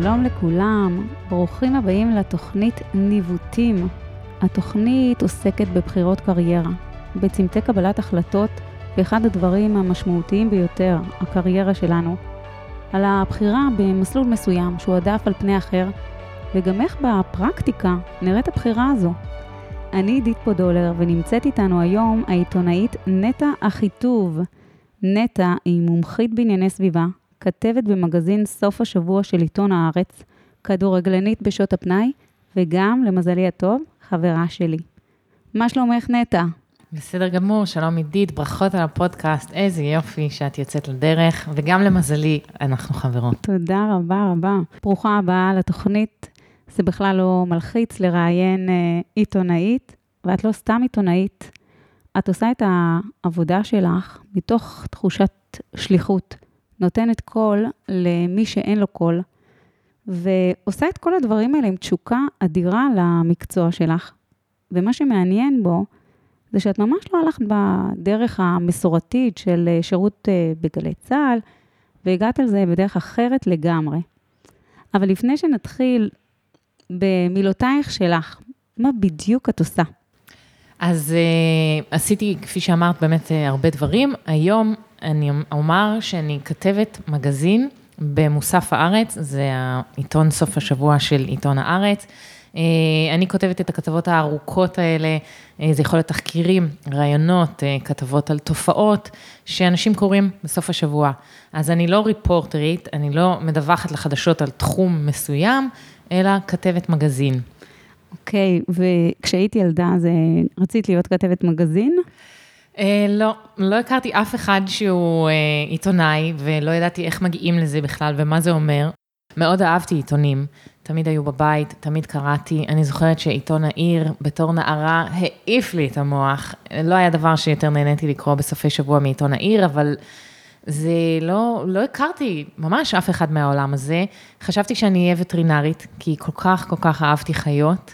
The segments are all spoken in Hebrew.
שלום לכולם, ברוכים הבאים לתוכנית ניווטים. התוכנית עוסקת בבחירות קריירה, בצמתי קבלת החלטות, ואחד הדברים המשמעותיים ביותר, הקריירה שלנו, על הבחירה במסלול מסוים שהוא עדף על פני אחר, וגם איך בפרקטיקה נראית הבחירה הזו. אני עידית פודולר, ונמצאת איתנו היום העיתונאית נטע אחיטוב. נטע היא מומחית בענייני סביבה, כתבת במגזין סוף השבוע של עיתון הארץ, כדורגלנית בשעות הפנאי, וגם, למזלי הטוב, חברה שלי. מה שלומך נטע? בסדר גמור, שלום עידית, ברכות על הפודקאסט, איזה יופי שאת יוצאת לדרך, וגם למזלי, אנחנו חברות. תודה רבה רבה. ברוכה הבאה לתוכנית, זה בכלל לא מלחיץ לראיין עיתונאית, ואת לא סתם עיתונאית, את עושה את העבודה שלך מתוך תחושת שליחות, נותנת קול למי שאין לו קול, ועושה את כל הדברים האלה עם תשוקה אדירה למקצוע שלך. ומה שמעניין בו, זה שאת ממש לא הלכת בדרך המסורתית של שירות בגלי צה"ל, והגעת על זה בדרך אחרת לגמרי. אבל לפני שנתחיל במילותייך שלך, מה בדיוק את עושה? אז עשיתי, כפי שאמרת, באמת הרבה דברים. היום אני אומר שאני כתבת מגזין במוסף הארץ, זה העיתון סוף השבוע של עיתון הארץ. אני כותבת את הכתבות הארוכות האלה, זה יכול להיות תחקירים, רעיונות, כתבות על תופעות שאנשים קוראים בסוף השבוע. אז אני לא ריפורטרית, אני לא מדווחת לחדשות על תחום מסוים, אלא כתבת מגזין. אוקיי, וכשהייתי ילדה, אז רצית להיות כתבת מגזין? לא הכרתי אף אחד שהוא עיתונאי, ולא ידעתי איך מגיעים לזה בכלל, ומה זה אומר. מאוד אהבתי עיתונים, תמיד היו בבית, תמיד קראתי. אני זוכרת שעיתון העיר, בתור נערה, העיף לי את המוח. לא היה דבר שיותר נהניתי לקרוא בסופי שבוע מעיתון העיר, אבל זה לא הכרתי ממש אף אחד מהעולם הזה. חשבתי שאני אהיה וטרינרית, כי כל כך אהבתי חיות.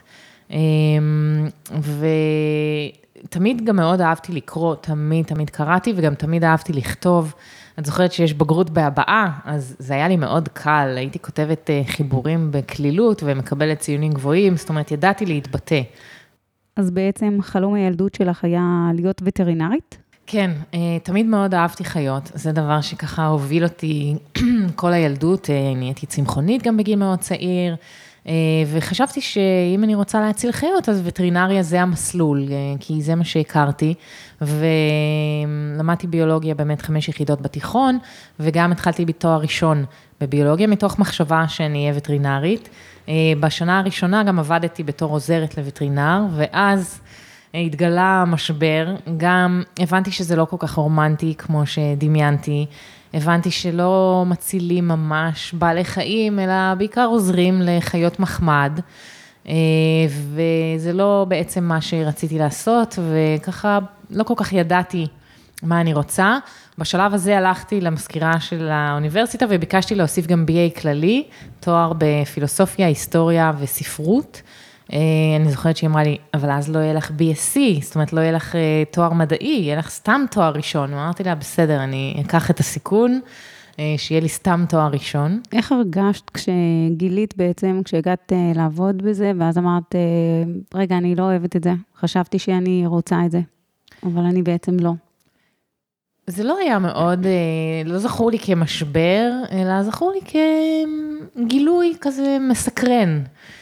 ותמיד גם מאוד אהבתי לקרוא, תמיד קראתי, וגם תמיד אהבתי לכתוב. את זוכרת שיש בגרות בהבעה, אז זה היה לי מאוד קל, הייתי כותבת חיבורים בכלילות, ומקבלת ציונים גבוהים, זאת אומרת, ידעתי להתבטא. אז בעצם חלום הילדות שלך היה להיות וטרינרית? כן, תמיד מאוד אהבתי חיות, זה דבר שככה הוביל אותי כל הילדות, נהייתי צמחונית גם בגיל מאוד צעיר, וחשבתי שאם אני רוצה להציל חיות, אז וטרינריה זה המסלול, כי זה מה שהכרתי, ולמדתי ביולוגיה באמת 5 יחידות בתיכון, וגם התחלתי בתואר ראשון בביולוגיה, מתוך מחשבה שאני אהיה וטרינרית. בשנה הראשונה גם עבדתי בתור עוזרת לווטרינר, ואז התגלה המשבר, גם הבנתי שזה לא כל כך רומנטי כמו שדמיינתי, הבנתי שלא מצילים ממש בעלי חיים, אלא בעיקר עוזרים לחיות מחמד, וזה לא בעצם מה שרציתי לעשות, וככה לא כל כך ידעתי מה אני רוצה. בשלב הזה הלכתי למזכירה של האוניברסיטה, וביקשתי להוסיף גם BA כללי, תואר בפילוסופיה, היסטוריה וספרות. אני זוכרת שהיא אמרה לי, אבל אז לא יהיה לך BSc, זאת אומרת, לא יהיה לך תואר מדעי, יהיה לך סתם תואר ראשון. אמרתי לה, בסדר, אני אקח את הסיכון, שיהיה לי סתם תואר ראשון. איך הרגשת כשגילית בעצם, כשהגעת לעבוד בזה, ואז אמרת, רגע, אני לא אוהבת את זה, חשבתי שאני רוצה את זה, אבל אני בעצם לא. זה לא היה מאוד, לא זכור לי כמשבר, אלא זכור לי כגילוי כזה מסקרן.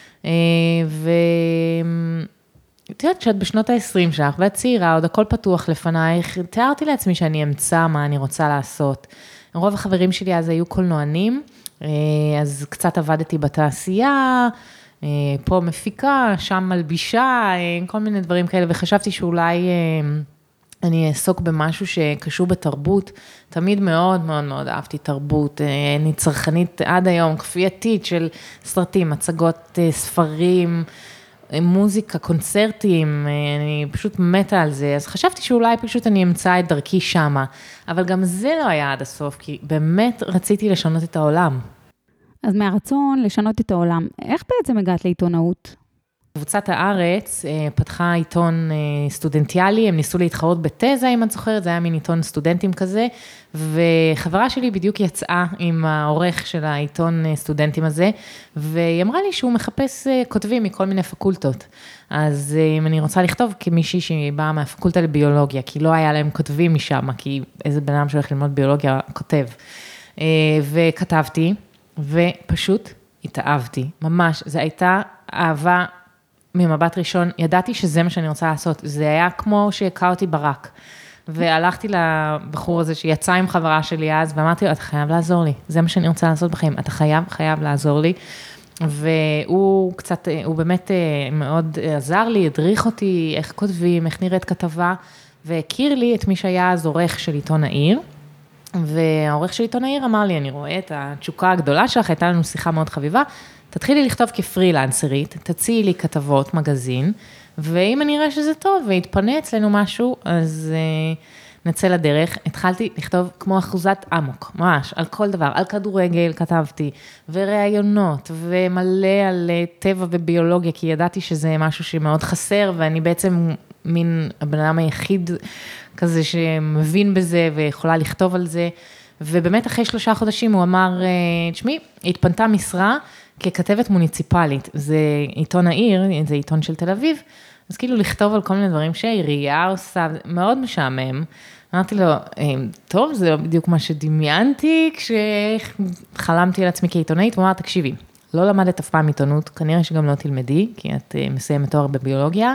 ואת יודעת שאת בשנות ה-20 שלך, ואת צעירה, עוד הכל פתוח לפנייך, תיארתי לעצמי שאני אמצא מה אני רוצה לעשות. רוב החברים שלי אז היו קולנוענים, אז קצת עבדתי בתעשייה, פה מפיקה, שם מלבישה, כל מיני דברים כאלה, וחשבתי שאולי אני אעסוק במשהו שקשור בתרבות, תמיד מאוד מאוד מאוד אהבתי תרבות, אני צרכנית עד היום, כפייתית של סרטים, הצגות, ספרים, מוזיקה, קונצרטים, אני פשוט מתה על זה, אז חשבתי שאולי פשוט אני אמצא את דרכי שמה, אבל גם זה לא היה עד הסוף, כי באמת רציתי לשנות את העולם. אז מהרצון לשנות את העולם, איך בעצם הגעת לעיתונאות? קבוצת הארץ פתחה עיתון סטודנטיאלי, הם ניסו להתחרות בתזה, אם את זוכרת, זה היה מין עיתון סטודנטים כזה, וחברה שלי בדיוק יצאה עם העורך של העיתון סטודנטים הזה, והיא אמרה לי שהוא מחפש כותבים מכל מיני פקולטות. אז אם אני רוצה לכתוב כמישהי שבאה מהפקולטה לביולוגיה, כי לא היה להם כותבים משם, כי איזה בן אדם שהולך ללמוד ביולוגיה כותב. וכתבתי, ופשוט התאהבתי, ממש, זו הייתה אהבה ממבט ראשון, ידעתי שזה מה שאני רוצה לעשות, זה היה כמו שהכה אותי ברק, והלכתי לבחור הזה שיצא עם חברה שלי אז, ואמרתי לו, אתה חייב לעזור לי, זה מה שאני רוצה לעשות בחיים, אתה חייב לעזור לי, והוא קצת, הוא באמת מאוד עזר לי, הדריך אותי, איך כותבים, איך נראית כתבה, והכיר לי את מי שהיה אז עורך של עיתון העיר, והעורך של עיתון העיר אמר לי, אני רואה את התשוקה הגדולה שלך, הייתה לנו שיחה מאוד חביבה, תתחילי לכתוב כפרילנסרית, תציעי לי כתבות, מגזין, ואם אני אראה שזה טוב ויתפנה אצלנו משהו, אז נצא לדרך. התחלתי לכתוב כמו אחוזת אמוק, ממש, על כל דבר, על כדורגל כתבתי, וראיונות, ומלא על טבע וביולוגיה, כי ידעתי שזה משהו שמאוד חסר, ואני בעצם מין הבן אדם היחיד כזה שמבין בזה ויכולה לכתוב על זה, ובאמת אחרי 3 חודשים הוא אמר, תשמעי, התפנתה משרה ככתבת מוניציפלית, זה עיתון העיר, זה עיתון של תל אביב, אז כאילו לכתוב על כל מיני דברים שהעירייה עושה, מאוד משעמם, אמרתי לו, טוב, זה לא בדיוק מה שדמיינתי, כשחלמתי על עצמי כעיתונאית, הוא אמר, תקשיבי, לא למדת אף פעם עיתונות, כנראה שגם לא תלמדי, כי את מסיימת תואר בביולוגיה,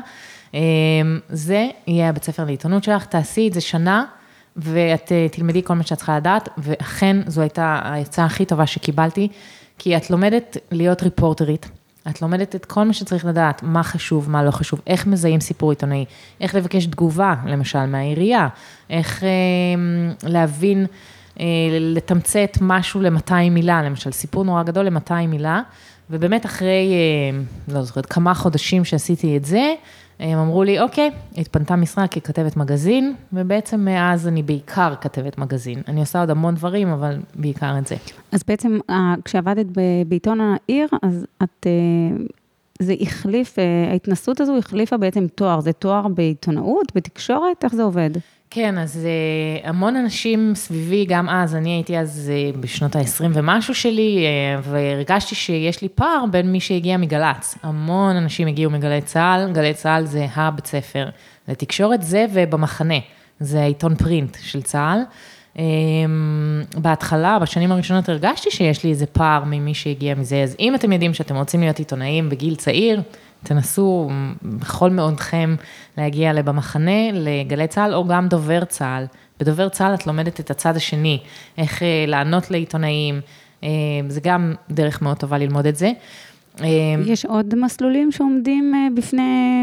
זה יהיה הבית ספר לעיתונות שלך, תעשי את זה שנה, ואת תלמדי כל מה שאת צריכה לדעת, ואכן זו הייתה ההצעה הכי טובה שקיבלתי, כי את לומדת להיות ריפורטרית, את לומדת את כל מה שצריך לדעת, מה חשוב, מה לא חשוב, איך מזהים סיפור עיתונאי, איך לבקש תגובה, למשל, מהעירייה, איך להבין, לתמצת משהו ל-200 מילה, למשל, סיפור נורא גדול ל-200 מילה, ובאמת אחרי, לא זוכרת, כמה חודשים שעשיתי את זה, הם אמרו לי, אוקיי, התפנתה משרה ככתבת מגזין, ובעצם מאז אני בעיקר כתבת מגזין. אני עושה עוד המון דברים, אבל בעיקר את זה. אז בעצם, כשעבדת בעיתון העיר, אז זה החליף, ההתנסות הזו החליפה בעצם תואר, זה תואר בעיתונאות, בתקשורת, איך זה עובד? כן, אז המון אנשים סביבי, גם אז, אני הייתי אז בשנות ה-20 ומשהו שלי, והרגשתי שיש לי פער בין מי שהגיע מגלץ. המון אנשים הגיעו מגלי צהל, גלי צהל זה הבית ספר לתקשורת, זה ובמחנה, זה העיתון פרינט של צהל. בהתחלה, בשנים הראשונות הרגשתי שיש לי איזה פער ממי שהגיע מזה, אז אם אתם יודעים שאתם רוצים להיות עיתונאים בגיל צעיר, תנסו בכל מאודכם להגיע לבמחנה, לגלי צהל, או גם דובר צהל. בדובר צהל את לומדת את הצד השני, איך לענות לעיתונאים, זה גם דרך מאוד טובה ללמוד את זה. יש עוד מסלולים שעומדים בפני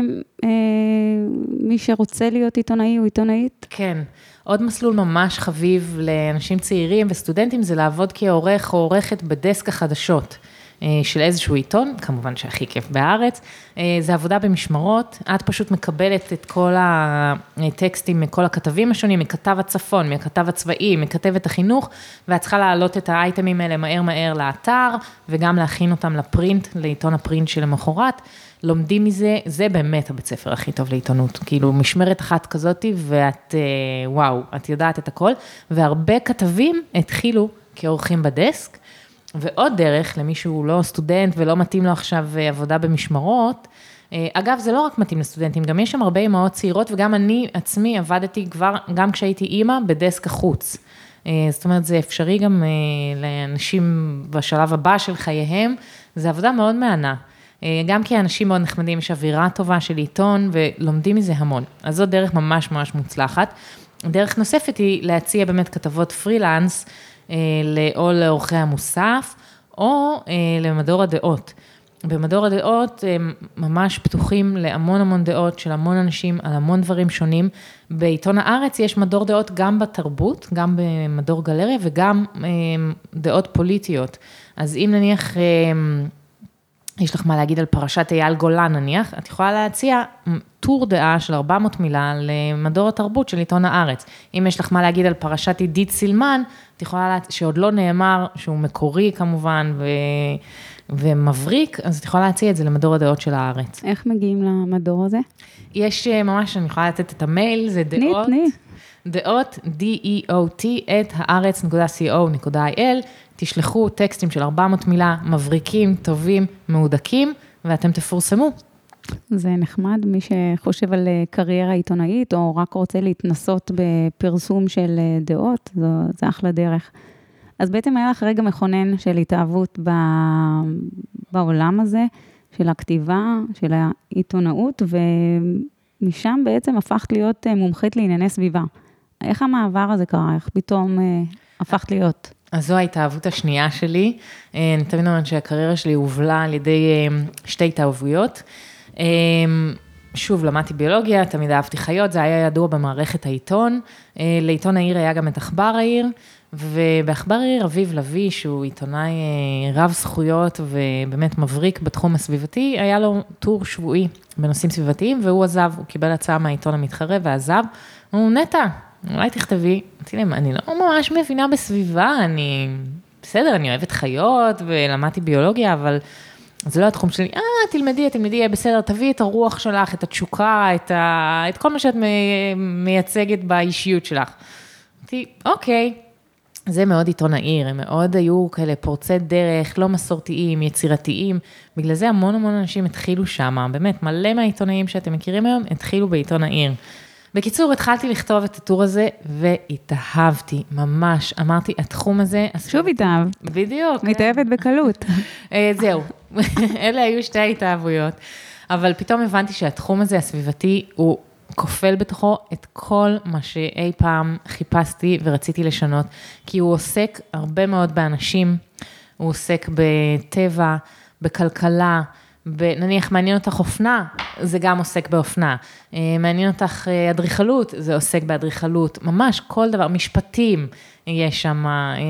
מי שרוצה להיות עיתונאי או עיתונאית? כן, עוד מסלול ממש חביב לאנשים צעירים וסטודנטים, זה לעבוד כעורך או עורכת בדסק החדשות. של איזשהו עיתון, כמובן שהכי כיף בארץ, זה עבודה במשמרות, את פשוט מקבלת את כל הטקסטים מכל הכתבים השונים, מכתב הצפון, מכתב הצבאי, מכתבת החינוך, ואת צריכה להעלות את האייטמים האלה מהר לאתר, וגם להכין אותם לפרינט, לעיתון הפרינט של המחרת, לומדים מזה, זה באמת הבית ספר הכי טוב לעיתונות, כאילו משמרת אחת כזאת, ואת, וואו, את יודעת את הכל, והרבה כתבים התחילו כעורכים בדסק, ועוד דרך, למי שהוא לא סטודנט ולא מתאים לו עכשיו עבודה במשמרות, אגב, זה לא רק מתאים לסטודנטים, גם יש שם הרבה אמהות צעירות, וגם אני עצמי עבדתי כבר, גם כשהייתי אימא, בדסק החוץ. זאת אומרת, זה אפשרי גם לאנשים בשלב הבא של חייהם, זה עבודה מאוד מענה. גם כי האנשים מאוד נחמדים, יש אווירה טובה של עיתון, ולומדים מזה המון. אז זאת דרך ממש ממש מוצלחת. דרך נוספת היא להציע באמת כתבות פרילנס, או לאורחי המוסף, או למדור הדעות. במדור הדעות הם ממש פתוחים להמון דעות של המון אנשים על המון דברים שונים. בעיתון הארץ יש מדור דעות גם בתרבות, גם במדור גלריה וגם דעות פוליטיות. אז אם נניח יש לך מה להגיד על פרשת אייל גולן נניח, את יכולה להציע טור דעה של 400 מילה למדור התרבות של עיתון הארץ. אם יש לך מה להגיד על פרשת עידית סילמן, את יכולה, שעוד לא נאמר, שהוא מקורי כמובן, ומבריק, אז את יכולה להציע את זה למדור הדעות של הארץ. איך מגיעים למדור הזה? יש ממש, אני יכולה לתת את המייל, זה דעות. דעות, D-E-O-T, @haaretz.co.il, תשלחו טקסטים של 400 מילה, מבריקים, טובים, מהודקים, ואתם תפורסמו. זה נחמד, מי שחושב על קריירה עיתונאית, או רק רוצה להתנסות בפרסום של דעות, זה אחלה דרך. אז בעצם היה לך רגע מכונן של התאהבות בעולם הזה, של הכתיבה, של העיתונאות, ומשם בעצם הפכת להיות מומחית לענייני סביבה. איך המעבר הזה קרה? איך פתאום הפכת להיות? אז זו ההתאהבות השנייה שלי. אני תמיד אומרת שהקריירה שלי הובלה על ידי שתי התאהבויות. שוב, למדתי ביולוגיה, תמיד אהבתי חיות, זה היה ידוע במערכת העיתון. לעיתון העיר היה גם את אכבר העיר, ובאכבר העיר אביב לוי, שהוא עיתונאי רב זכויות ובאמת מבריק בתחום הסביבתי, היה לו טור שבועי בנושאים סביבתיים, והוא עזב, הוא קיבל הצעה מהעיתון המתחרה ועזב. הוא נטע, אולי תכתבי, אמרתי להם, אני לא ממש מבינה בסביבה, בסדר, אני אוהבת חיות ולמדתי ביולוגיה, אבל זה לא התחום שלי, תלמדי, יהיה בסדר, תביאי את הרוח שלך, את התשוקה, את כל מה שאת מייצגת באישיות שלך. אמרתי, אוקיי, זה מאוד עיתון העיר, הם מאוד היו כאלה פורצי דרך, לא מסורתיים, יצירתיים, בגלל זה המון אנשים התחילו שם, באמת, מלא מהעיתונאים שאתם מכירים היום, התחילו בעיתון העיר. בקיצור, התחלתי לכתוב את הטור הזה, והתאהבתי, ממש, אמרתי, התחום הזה... שוב התאהב. בדיוק. מתאהבת בקלות. זהו, אלה היו שתי ההתאהבויות, אבל פתאום הבנתי שהתחום הזה, הסביבתי, הוא כופל בתוכו את כל מה שאי פעם חיפשתי ורציתי לשנות, כי הוא עוסק הרבה מאוד באנשים, הוא עוסק בטבע, בכלכלה, נניח מעניין אותך אופנה, זה גם עוסק באופנה, מעניין אותך אדריכלות, זה עוסק באדריכלות, ממש כל דבר, משפטים יש שם,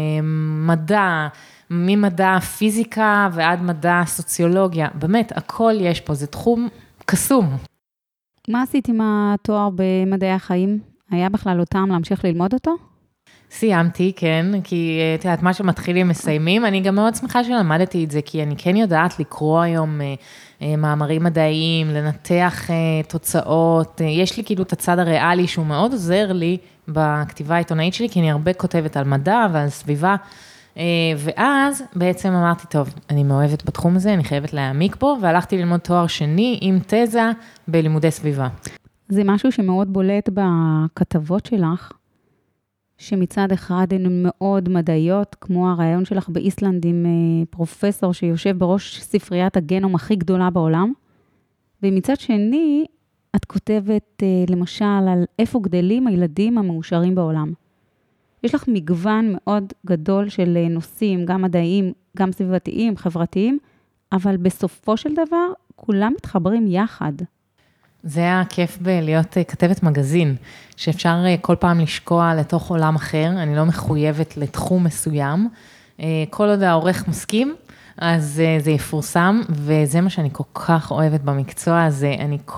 מדע, ממדע פיזיקה ועד מדע סוציולוגיה, באמת הכל יש פה, זה תחום קסום. מה עשית עם התואר במדעי החיים? היה בכלל אותם להמשיך ללמוד אותו? סיימתי, כן, כי תראה, מה שמתחילים מסיימים, אני גם מאוד שמחה שלמדתי את זה, כי אני כן יודעת לקרוא היום מאמרים מדעיים, לנתח תוצאות, יש לי כאילו את הצד הריאלי שהוא מאוד עוזר לי בכתיבה העיתונאית שלי, כי אני הרבה כותבת על מדע ועל סביבה, ואז בעצם אמרתי, טוב, אני מאוהבת בתחום הזה, אני חייבת להעמיק בו, והלכתי ללמוד תואר שני עם תזה בלימודי סביבה. זה משהו שמאוד בולט בכתבות שלך, שמצד אחד הן מאוד מדעיות, כמו הרעיון שלך באיסלנד עם פרופסור שיושב בראש ספריית הגנום הכי גדולה בעולם, ומצד שני, את כותבת למשל על איפה גדלים הילדים המאושרים בעולם. יש לך מגוון מאוד גדול של נושאים, גם מדעיים, גם סביבתיים, חברתיים, אבל בסופו של דבר, כולם מתחברים יחד. זה היה כיף בלהיות כתבת מגזין, שאפשר כל פעם לשקוע לתוך עולם אחר, אני לא מחויבת לתחום מסוים, כל עוד העורך מסכים, אז זה יפורסם, וזה מה שאני כל כך אוהבת במקצוע הזה,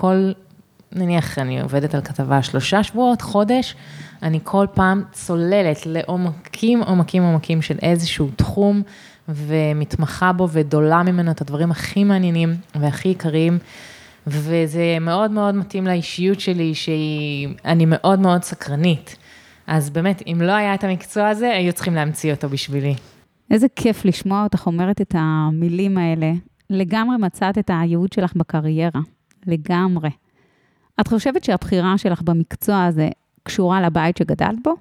נניח, אני עובדת על כתבה 3 שבועות, חודש, אני כל פעם צוללת לעומקים של איזשהו תחום, ומתמחה בו ודולה ממנו את הדברים הכי מעניינים והכי עיקריים, וזה מאוד מאוד מתאים לאישיות שלי, שאני מאוד מאוד סקרנית. אז באמת, אם לא היה את המקצוע הזה, היו צריכים להמציא אותו בשבילי. איזה כיף לשמוע אותך אומרת את המילים האלה. לגמרי מצאת את הייעוד שלך בקריירה. לגמרי. את חושבת שהבחירה שלך במקצוע הזה קשורה לבית שגדלת בו?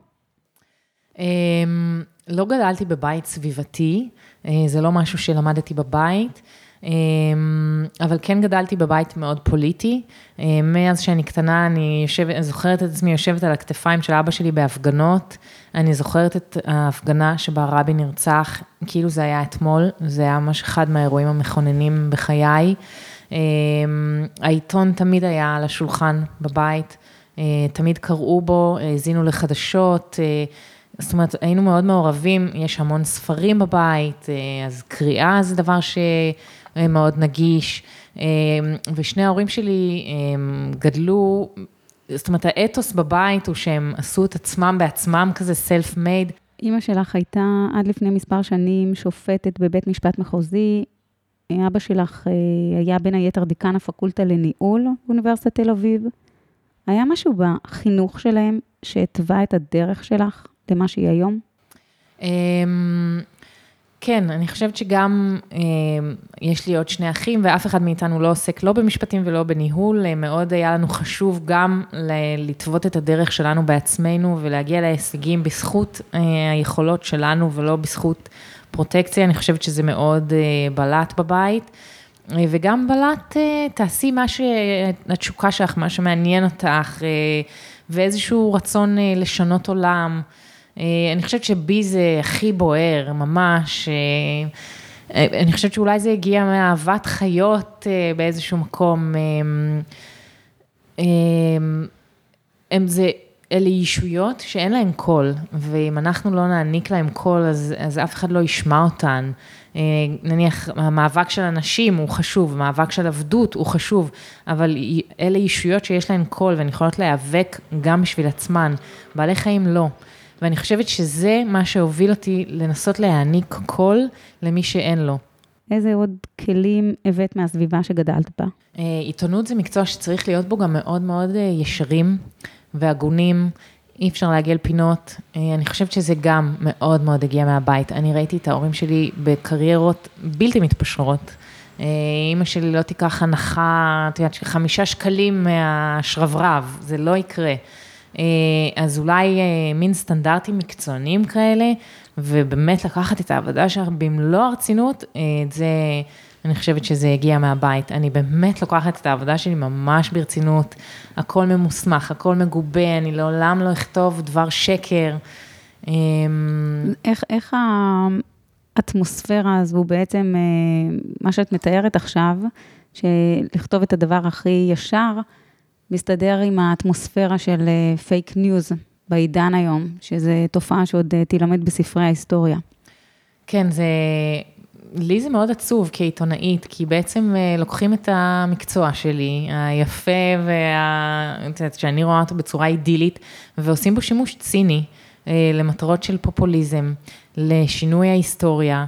לא גדלתי בבית סביבתי, זה לא משהו שלמדתי בבית, אבל כן גדלתי בבית מאוד פוליטי. מאז שאני קטנה, אני זוכרת את עצמי יושבת על הכתפיים של אבא שלי בהפגנות, אני זוכרת את ההפגנה שבה רבין נרצח, כאילו זה היה אתמול, זה היה ממש אחד מהאירועים המכוננים בחיי. העיתון תמיד היה על השולחן בבית, תמיד קראו בו, הזינו לחדשות, זאת אומרת, היינו מאוד מעורבים, יש המון ספרים בבית, אז קריאה זה דבר מאוד נגיש, ושני ההורים שלי גדלו, זאת אומרת, האתוס בבית הוא שהם עשו את עצמם בעצמם, כזה self-made. אמא שלך הייתה עד לפני מספר שנים שופטת בבית משפט מחוזי, אבא שלך היה בין היתר דיקן הפקולטה לניהול באוניברסיטת תל אביב. היה משהו בחינוך שלהם שהטבע את הדרך שלך למה שהיא היום? כן, אני חושבת שגם יש לי עוד שני אחים, ואף אחד מאיתנו לא עוסק לא במשפטים ולא בניהול, מאוד היה לנו חשוב גם לטוות את הדרך שלנו בעצמנו, ולהגיע להישגים בזכות היכולות שלנו, ולא בזכות פרוטקציה. אני חושבת שזה מאוד בלט בבית, וגם בלט, תעשי מה שהתשוקה שלך, מה שמעניין אותך, ואיזשהו רצון לשנות עולם. אני חושבת שבי זה הכי בוער, ממש. אני חושבת שאולי זה הגיע מאהבת חיות באיזשהו מקום. אלה ישויות שאין להן קול, ואם אנחנו לא נעניק להן קול, אז אף אחד לא ישמע אותן. נניח, המאבק של אנשים הוא חשוב, המאבק של עבדות הוא חשוב, אבל אלה ישויות שיש להן קול, והן יכולות להיאבק גם בשביל עצמן. בעלי חיים לא. ואני חושבת שזה מה שהוביל אותי לנסות להעניק קול למי שאין לו. איזה עוד כלים הבאת מהסביבה שגדלת בה? עיתונות זה מקצוע שצריך להיות בו גם מאוד מאוד ישרים והגונים, אי אפשר להגיע לפינות. אני חושבת שזה גם מאוד מאוד הגיע מהבית. אני ראיתי את ההורים שלי בקריירות בלתי מתפשרות. אמא שלי לא תיקח הנחה, את יודעת, 5 שקלים מהשרברב, זה לא יקרה. אז אולי מין סטנדרטים מקצוענים כאלה, ובאמת לקחת את העבודה שלך במלוא הרצינות, זה, אני חושבת שזה הגיע מהבית. אני באמת לוקחת את העבודה שלי ממש ברצינות, הכל ממוסמך, הכל מגובה, אני לעולם לא אכתוב דבר שקר. איך האטמוספירה הזו בעצם, מה שאת מתארת עכשיו, שלכתוב את הדבר הכי ישר, מסתדר עם האטמוספירה של פייק ניוז בעידן היום, שזו תופעה שעוד תילמד בספרי ההיסטוריה. כן, לי זה מאוד עצוב כעיתונאית, כי בעצם לוקחים את המקצוע שלי, היפה, שאני רואה אותו בצורה אידילית, ועושים בו שימוש ציני, למטרות של פופוליזם, לשינוי ההיסטוריה,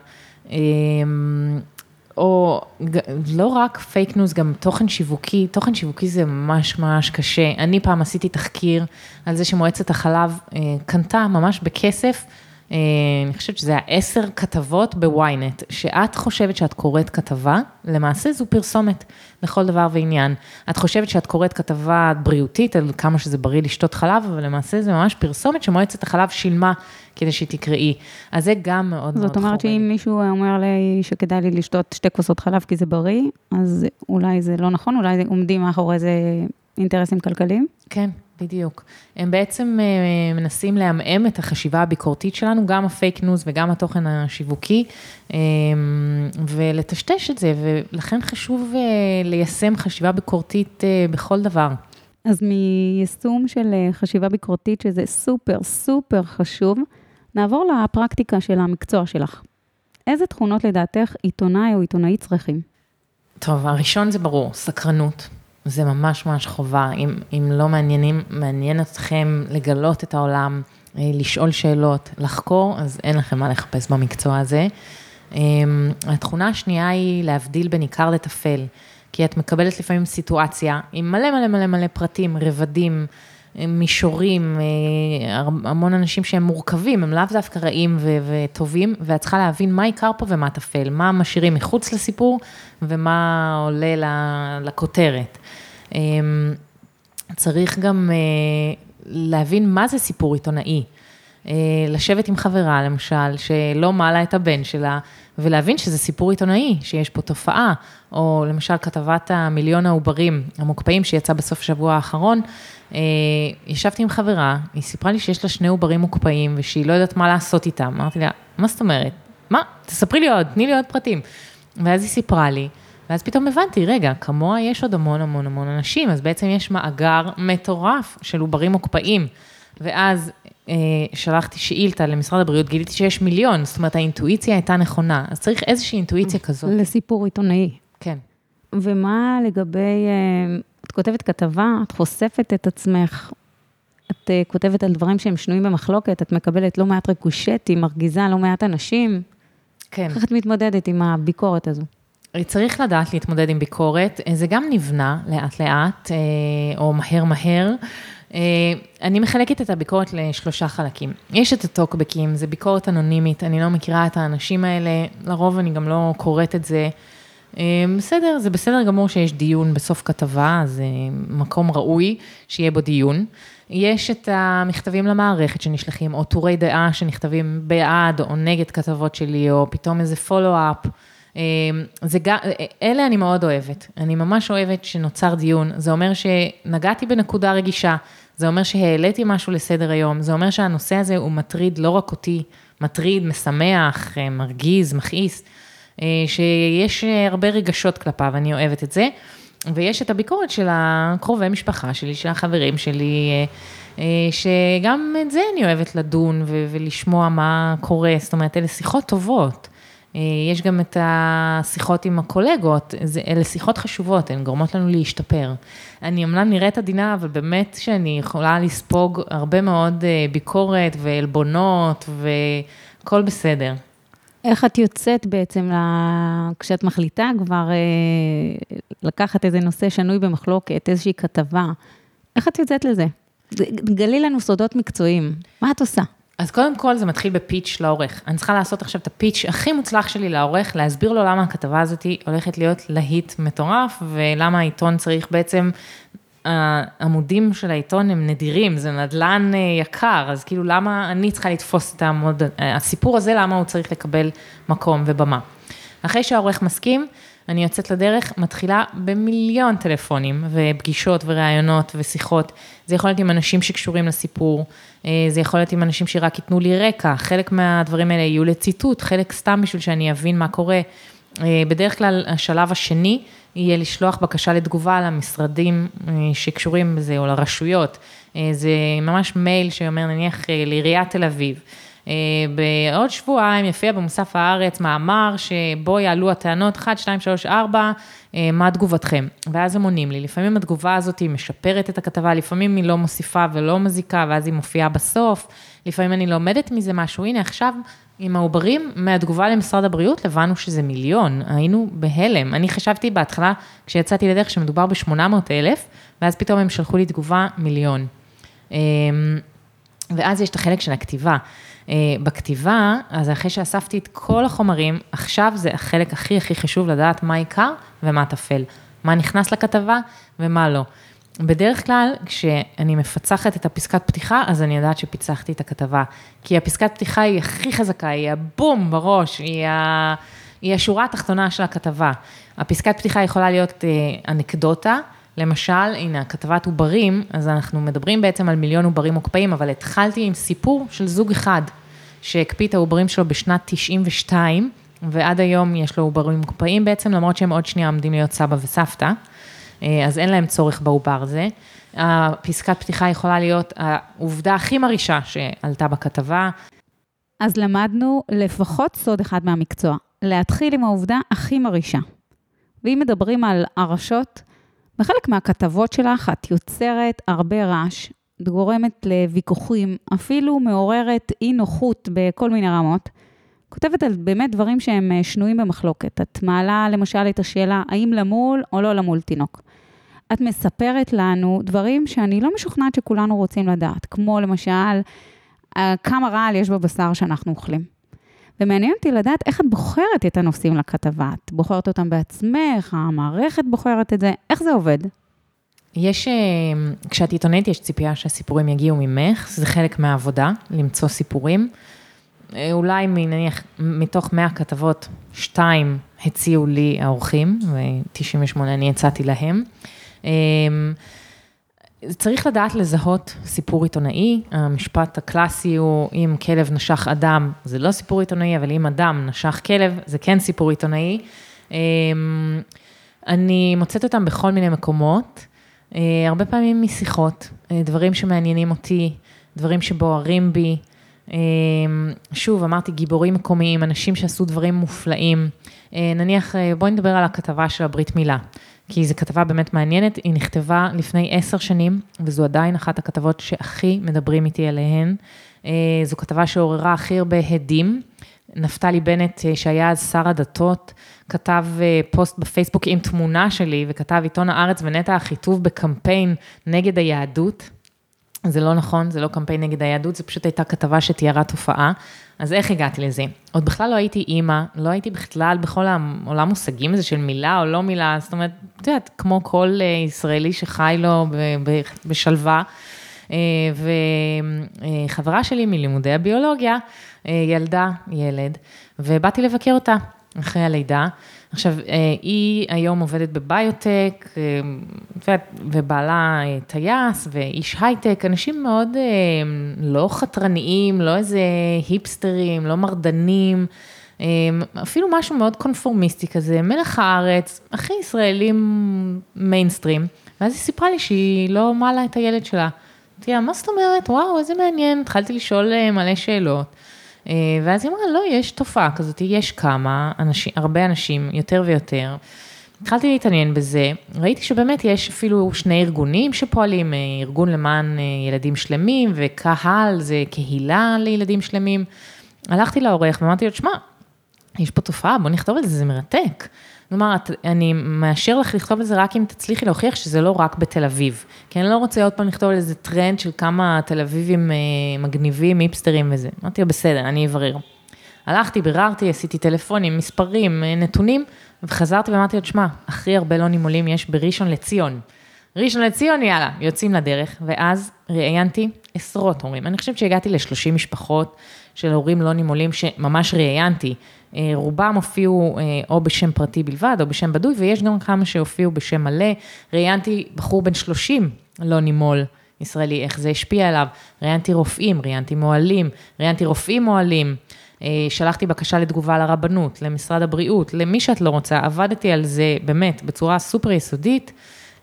או לא רק פייק ניוז, גם תוכן שיווקי זה ממש ממש קשה. אני פעם עשיתי תחקיר על זה שמועצת החלב קנתה ממש בכסף, אני חושבת שזה 10 כתבות בוויינט, שאת חושבת שאת קוראת כתבה, למעשה זו פרסומת לכל דבר ועניין. את חושבת שאת קוראת כתבה בריאותית, על כמה שזה בריא לשתות חלב, אבל למעשה זה ממש פרסומת שמועצת החלב שילמה כדי שהיא תקראי. אז זה גם מאוד מאוד חורד. זאת אומרת שאם מישהו אומר לי שכדאי לי לשתות 2 כוסות חלב כי זה בריא, אז אולי זה לא נכון, אולי עומדים מאחורי זה אינטרסים כלכליים? כן. בדיוק. הם בעצם מנסים להמאם את החשיבה הביקורתית שלנו, גם הפייק ניוז וגם התוכן השיווקי, ולטשטש את זה, ולכן חשוב ליישם חשיבה ביקורתית בכל דבר. אז מיישום של חשיבה ביקורתית, שזה סופר סופר חשוב, נעבור לפרקטיקה של המקצוע שלך. איזה תכונות לדעתך עיתונאי או עיתונאית צריכים? טוב, הראשון זה ברור, סקרנות. זה ממש ממש חובה, אם לא מעניין אתכם לגלות את העולם, לשאול שאלות, לחקור, אז אין לכם מה לחפש במקצוע הזה. התכונה השנייה היא להבדיל בין עיקר לטפל, כי את מקבלת לפעמים סיטואציה עם מלא מלא מלא מלא פרטים, רבדים, מישורים, המון אנשים שהם מורכבים, הם לאו דווקא רעים וטובים, ואת צריכה להבין מה עיקר פה ומה טפל, מה משאירים מחוץ לסיפור, ומה עולה לכותרת. צריך גם להבין מה זה סיפור עיתונאי, לשבת עם חברה למשל, שלא מעלה את הבן שלה, ולהבין שזה סיפור עיתונאי, שיש פה תופעה, או למשל כתבת המיליון העוברים המוקפאים שיצא בסוף שבוע האחרון, ישבתי עם חברה, היא סיפרה לי שיש לה 2 עוברים מוקפאים, ושהיא לא יודעת מה לעשות איתם. אמרתי לה, מה זאת אומרת? מה? תספרי לי עוד, תני לי עוד פרטים. ואז היא סיפרה לי, ואז פתאום הבנתי, רגע, כמוה יש עוד המון המון המון אנשים, אז בעצם יש מאגר מטורף של עוברים מוקפאים. ואז שלחתי שאילתה למשרד הבריאות, גיליתי שיש 1,000,000, זאת אומרת, האינטואיציה הייתה נכונה, אז צריך איזושהי אינטואיציה כזאת. לסיפור עיתונאי. כן. ומה לגבי, את כותבת כתבה, את חושפת את עצמך, את כותבת על דברים שהם שנויים במחלוקת, את מקבלת לא מעט ריקושטים, מרגיזה לא מעט אנשים. כן. איך את מתמודדת עם הביקורת הזו? צריך לדעת להתמודד עם ביקורת, זה גם נבנה לאט לאט, או מהר מהר. אני מחלקת את הביקורת ל3 חלקים. יש את הטוקבקים, זה ביקורת אנונימית, אני לא מכירה את האנשים האלה, לרוב אני גם לא קוראת את זה. בסדר, זה בסדר גמור שיש דיון בסוף כתבה, זה מקום ראוי שיהיה בו דיון. יש את המכתבים למערכת שנשלחים, או טורי דעה שנכתבים בעד או נגד כתבות שלי, או פתאום איזה פולו-אפ. אלה אני מאוד אוהבת, אני ממש אוהבת שנוצר דיון, זה אומר שנגעתי בנקודה רגישה, זה אומר שהעליתי משהו לסדר היום, זה אומר שהנושא הזה הוא מטריד לא רק אותי, מטריד, משמח, מרגיז, מכעיס, שיש הרבה רגשות כלפיו, אני אוהבת את זה, ויש את הביקורת של הקרובי משפחה שלי, של החברים שלי, שגם את זה אני אוהבת לדון ולשמוע מה קורה, זאת אומרת, אלה שיחות טובות. יש גם את השיחות עם הקולגות, אלה שיחות חשובות, הן גורמות לנו להשתפר. אני אמנם נראית עדינה, אבל באמת שאני יכולה לספוג הרבה מאוד ביקורת ועלבונות וכל בסדר. איך את יוצאת בעצם, כשאת מחליטה כבר לקחת איזה נושא שנוי במחלוקת, איזושהי כתבה, איך את יוצאת לזה? גלי לנו סודות מקצועיים, מה את עושה? אז קודם כל זה מתחיל בפיץ' לעורך. אני צריכה לעשות עכשיו את הפיץ' הכי מוצלח שלי לעורך, להסביר לו למה הכתבה הזאת הולכת להיות להיט מטורף, ולמה העיתון צריך בעצם, העמודים של העיתון הם נדירים, זה נדלן יקר, אז כאילו למה אני צריכה לתפוס את הסיפור הזה, למה הוא צריך לקבל מקום ובמה. אחרי שהעורך מסכים, אני יוצאת לדרך, מתחילה במיליון טלפונים ופגישות וראיונות ושיחות. זה יכול להיות עם אנשים שקשורים לסיפור, זה יכול להיות עם אנשים שרק ייתנו לי רקע, חלק מהדברים האלה יהיו לציטוט, חלק סתם בשביל שאני אבין מה קורה. בדרך כלל השלב השני יהיה לשלוח בקשה לתגובה למשרדים שקשורים בזה או לרשויות. זה ממש מייל שאומר נניח לעיריית תל אביב. בעוד שבועיים יופיע במוסף הארץ מאמר שבו יעלו הטענות 1, 2, 3, 4, מה תגובתכם? ואז הם עונים לי, לפעמים התגובה הזאת היא משפרת את הכתבה, לפעמים היא לא מוסיפה ולא מזיקה, ואז היא מופיעה בסוף, לפעמים אני לומדת מזה משהו, הנה עכשיו עם העוברים, מהתגובה למשרד הבריאות, לבנו שזה מיליון, היינו בהלם, אני חשבתי בהתחלה, כשיצאתי לדרך שמדובר ב800,000, ואז פתאום הם שלחו לי תגובה מיליון. ואז יש את החלק של הכתיבה. בכתיבה, אז אחרי שאספתי את כל החומרים, עכשיו זה החלק הכי חשוב לדעת מה עיקר ומה תפל, מה נכנס לכתבה ומה לא. בדרך כלל, כשאני מפצחת את הפסקת פתיחה, אז אני יודעת שפיצחתי את הכתבה, כי הפסקת פתיחה היא הכי חזקה, היא הבום בראש, היא השורה התחתונה של הכתבה. הפסקת פתיחה יכולה להיות אנקדוטה, למשל, הנה, כתבת עוברים, אז אנחנו מדברים בעצם על מיליון עוברים מוקפאים, אבל התחלתי עם סיפור של זוג אחד, שהקפיא את העוברים שלו בשנת 92, ועד היום יש לו עוברים מוקפאים בעצם, למרות שהם עוד שנייה עומדים להיות סבא וסבתא, אז אין להם צורך בעובר הזה. הפסקת פתיחה יכולה להיות העובדה הכי מרישה שעלתה בכתבה. אז למדנו לפחות סוד אחד מהמקצוע, להתחיל עם העובדה הכי מרישה. ואם מדברים על הרשות, בחלק מהכתבות שלך את יוצרת הרבה רעש, את גורמת לוויכוחים, אפילו מעוררת אי נוחות בכל מיני רמות, כותבת על באמת דברים שהם שנויים במחלוקת. את מעלה למשל את השאלה, האם למול או לא למול תינוק. את מספרת לנו דברים שאני לא משוכנעת שכולנו רוצים לדעת, כמו למשל, כמה רעל יש בבשר שאנחנו אוכלים. ומעניין אותי לדעת איך את בוחרת את הנושאים לכתבה, את בוחרת אותם בעצמך, המערכת בוחרת את זה, איך זה עובד? כשאת עיתונאית יש ציפייה שהסיפורים יגיעו ממך, זה חלק מהעבודה, למצוא סיפורים. אולי נניח מתוך 100 כתבות, 2 הציעו לי האורחים, ו98 אני הצעתי להם. צריך לדעת לזהות סיפור עיתונאי, המשפט הקלאסי הוא אם כלב נשך אדם, זה לא סיפור עיתונאי, אבל אם אדם נשך כלב, זה כן סיפור עיתונאי. אני מוצאת אותם בכל מיני מקומות, הרבה פעמים משיחות, דברים שמעניינים אותי, דברים שבוערים בי, שוב, אמרתי גיבורים מקומיים, אנשים שעשו דברים מופלאים. נניח, בואי נדבר על הכתבה של הברית מילה, כי זו כתבה באמת מעניינת, היא נכתבה לפני 10 שנים, וזו עדיין אחת הכתבות שהכי מדברים איתי עליהן. זו כתבה שעוררה הכי הרבה הדים. נפתלי בנט, שהיה אז שר הדתות, כתב פוסט בפייסבוק עם תמונה שלי, וכתב עיתון הארץ ונטע החיטוב בקמפיין נגד היהדות. זה לא נכון, זה לא קמפיין נגד היהדות, זה פשוט הייתה כתבה שתיארה תופעה. אז איך הגעתי לזה? עוד בכלל לא הייתי אימא, לא הייתי בכלל בכל העולם מושגים הזה של מילה או לא מילה, זאת אומרת, את יודעת, כמו כל ישראלי שחי לו בשלווה, וחברה שלי מלימודי הביולוגיה, ילדה, ילד, ובאתי לבקר אותה אחרי הלידה. עכשיו, היא היום עובדת בביוטק, ובעלה טייס, ואיש הייטק, אנשים מאוד לא חתרניים, לא איזה היפסטרים, לא מרדנים, אפילו משהו מאוד קונפורמיסטי כזה, מלח הארץ, הכי ישראלים מיינסטרים, ואז היא סיפרה לי שהיא לא מעלה את הילד שלה. תראה, מה זאת אומרת? וואו, איזה מעניין, התחלתי לשאול מלא שאלות. ואז היא אמרה, לא, יש תופעה כזאת, יש כמה אנשים, הרבה אנשים, יותר ויותר. התחלתי להתעניין בזה, ראיתי שבאמת יש אפילו 2 ארגונים שפועלים, ארגון למען ילדים שלמים, וקהל זה קהילה לילדים שלמים. הלכתי לעורך ואמרתי לו, שמע, יש פה תופעה, בוא נכתוב על זה, זה מרתק. כלומר, אני מאשר לך לכתוב על זה רק אם תצליחי להוכיח שזה לא רק בתל אביב. כי אני לא רוצה עוד פעם לכתוב על איזה טרנד של כמה תל אביבים מגניבים, היפסטרים וזה. אמרתי לו, בסדר, אני אברר. הלכתי, ביררתי, עשיתי טלפונים, מספרים, נתונים, וחזרתי ואמרתי לו, שמע, הכי הרבה לא נימולים יש בראשון לציון. ראשון לציון, יאללה, יוצאים לדרך, ואז ראיינתי עשרות הורים. אני חושבת שהגעתי ל30 משפחות של הורים לא נימולים שממש ראיינתי. רובם הופיעו או בשם פרטי בלבד, או בשם בדוי, ויש גם כמה שהופיעו בשם מלא. ראיינתי בחור בן 30 לא נימול ישראלי, איך זה השפיע עליו. ראיינתי רופאים, ראיינתי מועלים, ראיינתי רופאים מועלים. שלחתי בקשה לתגובה לרבנות, למשרד הבריאות, למי שאת לא רוצה. עבדתי על זה באמת בצורה סופר יסודית,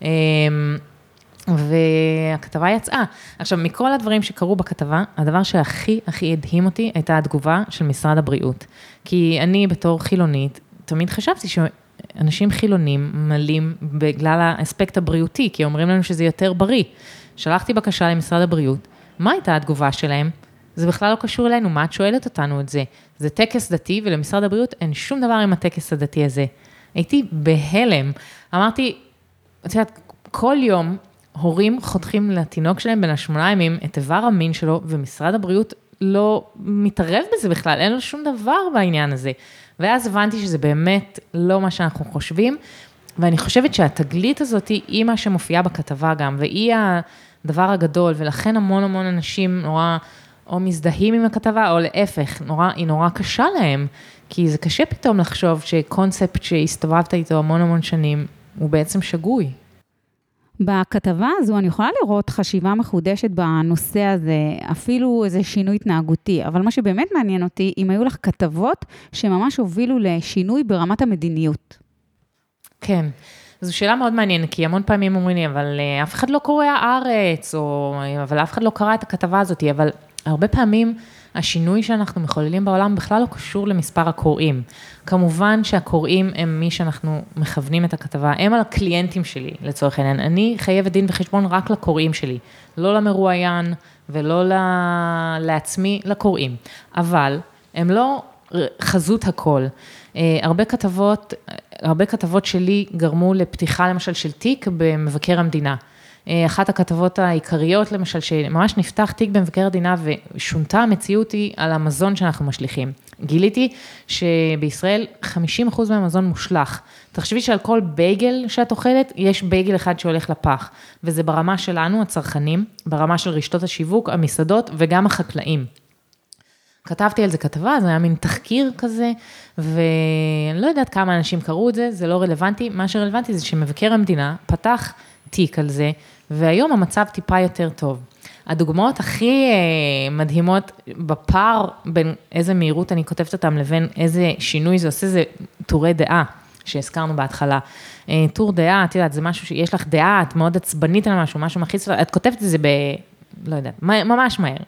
והכתבה יצאה. עכשיו, מכל הדברים שקרו בכתבה, הדבר שהכי הדהים אותי, הייתה התגובה של משרד הבריאות. כי אני בתור חילונית, תמיד חשבתי שאנשים חילונים מלאים בגלל האספקט הבריאותי, כי אומרים לנו שזה יותר בריא. שלחתי בקשה למשרד הבריאות, מה הייתה התגובה שלהם? זה בכלל לא קשור אלינו, מה את שואלת אותנו את זה? זה טקס דתי, ולמשרד הבריאות אין שום דבר עם הטקס הדתי הזה. הייתי בהלם. אמרתי, את יודעת, כל יום, הורים חותכים לתינוק שלהם בין 8 ימים את איבר המין שלו, ומשרד הבריאות לא מתערב בזה בכלל, אין לו שום דבר בעניין הזה. ואז הבנתי שזה באמת לא מה שאנחנו חושבים, ואני חושבת שהתגלית הזאת היא מה שמופיעה בכתבה גם, והיא הדבר הגדול, ולכן המון אנשים נורא או מזדהים עם הכתבה, או להפך, היא נורא קשה להם, כי זה קשה פתאום לחשוב שקונספט שהסתובבת איתו המון שנים, הוא בעצם שגוי. בכתבה הזו אני יכולה לראות חשיבה מחודשת בנושא הזה, אפילו איזה שינוי התנהגותי, אבל מה שבאמת מעניין אותי, אם היו לך כתבות שממש הובילו לשינוי ברמת המדיניות. כן, זו שאלה מאוד מעניינת, כי המון פעמים אומרים לי, אבל אף אחד לא קורא הארץ, אבל אף אחד לא קרא את הכתבה הזאת, אבל הרבה פעמים השינוי שאנחנו מחוללים בעולם בכלל לא קשור למספר הקוראים. כמובן שהקוראים הם מי שאנחנו מכוונים את הכתבה, הם על הקליינטים שלי לצורך העניין. אני חייבת דין וחשבון רק לקוראים שלי, לא למרואיין ולא לעצמי, לקוראים. אבל הם לא חזות הכל. הרבה כתבות שלי גרמו לפתיחה למשל של תיק במבקר המדינה. אחת הכתבות העיקריות, למשל, שממש נפתח תיק במבקר המדינה ושונתה המציאות היא על המזון שאנחנו משליכים. גיליתי שבישראל 50% מהמזון מושלך. תחשבי שעל כל בייגל שאת אוכלת, יש בייגל אחד שהולך לפח. וזה ברמה שלנו, הצרכנים, ברמה של רשתות השיווק, המסעדות וגם החקלאים. כתבתי על זה כתבה, זה היה מין תחקיר כזה, ולא יודעת כמה אנשים קראו את זה, זה לא רלוונטי. מה שרלוונטי זה שמבקר המדינה פתח תיק על זה, והיום המצב טיפה יותר טוב. הדוגמאות הכי מדהימות בפער בין איזה מהירות אני כותבת אותם לבין איזה שינוי זה עושה, זה טורי דעה שהזכרנו בהתחלה. טור דעה, את יודעת, זה משהו שיש לך דעה, את מאוד עצבנית על משהו מחיץ, את כותבת את זה לא יודעת, ממש מהר.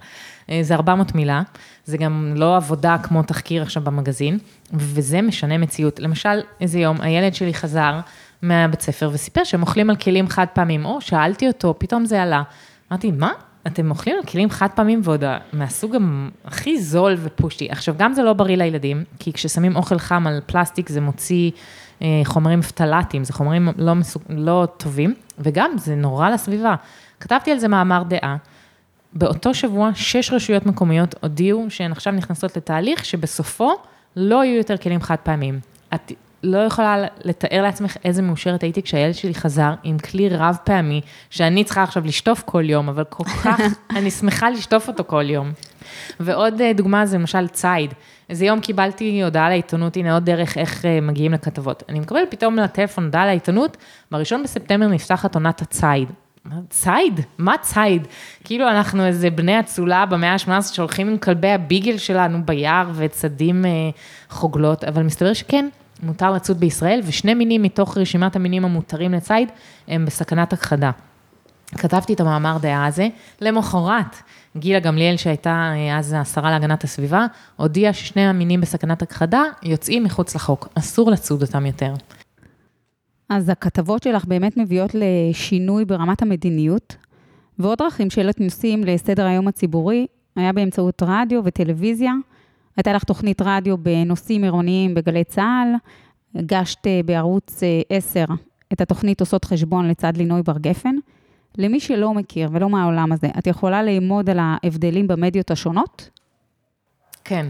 זה 400 מילה, זה גם לא עבודה כמו תחקיר עכשיו במגזין, וזה משנה מציאות. למשל, איזה יום, הילד שלי חזר מהבית ספר וסיפר שהם אוכלים על כלים חד פעמים, או שאלתי אותו, פתאום זה עלה. אמרתי, מה? אתם אוכלים על כלים חד פעמים ועוד מהסוג הכי זול ופושטי. עכשיו, גם זה לא בריא לילדים, כי כששמים אוכל חם על פלסטיק, זה מוציא חומרים פטלטיים, זה חומרים לא טובים, וגם זה נורא לסביבה. כתבתי על זה מאמר דעה, באותו שבוע 6 רשויות מקומיות הודיעו שהן עכשיו נכנסות לתהליך, שבסופו לא יהיו יותר כלים חד פעמים. את לא יכולה לתאר לעצמך איזה מאושרת הייתי כשהילד שלי חזר עם כלי רב פעמי, שאני צריכה עכשיו לשטוף כל יום, אבל כל כך אני שמחה לשטוף אותו כל יום. ועוד דוגמה זה למשל ציד. איזה יום קיבלתי הודעה לעיתונות, הנה עוד דרך איך מגיעים לכתבות. אני מקבל פתאום לטלפון הודעה לעיתונות, ב1 בספטמבר נפתחת עונת הציד. ציד? מה ציד? כאילו אנחנו איזה בני אצולה במאה ה-18 שהולכים עם כלבי הביגל שלנו ביער וצדים חוגלות, אבל מסתבר שכן, מותר לצוד בישראל, ו2 מינים מתוך רשימת המינים המותרים לציד, הם בסכנת הכחדה. כתבתי את המאמר דעה הזה, למחרת, גילה גמליאל שהייתה אז השרה להגנת הסביבה, הודיעה ש2 המינים בסכנת הכחדה יוצאים מחוץ לחוק, אסור לצוד אותם יותר. אז הכתבות שלך באמת מביאות לשינוי ברמת המדיניות, ועוד דרכים שאלת נושאים לסדר היום הציבורי, היה באמצעות רדיו וטלוויזיה, הייתה לך תוכנית רדיו בנושאים עירוניים בגלי צהל, הגשת בערוץ 10 את התוכנית עושות חשבון לצד לינוי בר גפן. למי שלא מכיר ולא מהעולם הזה, את יכולה ללמוד על ההבדלים במדיות השונות? כן.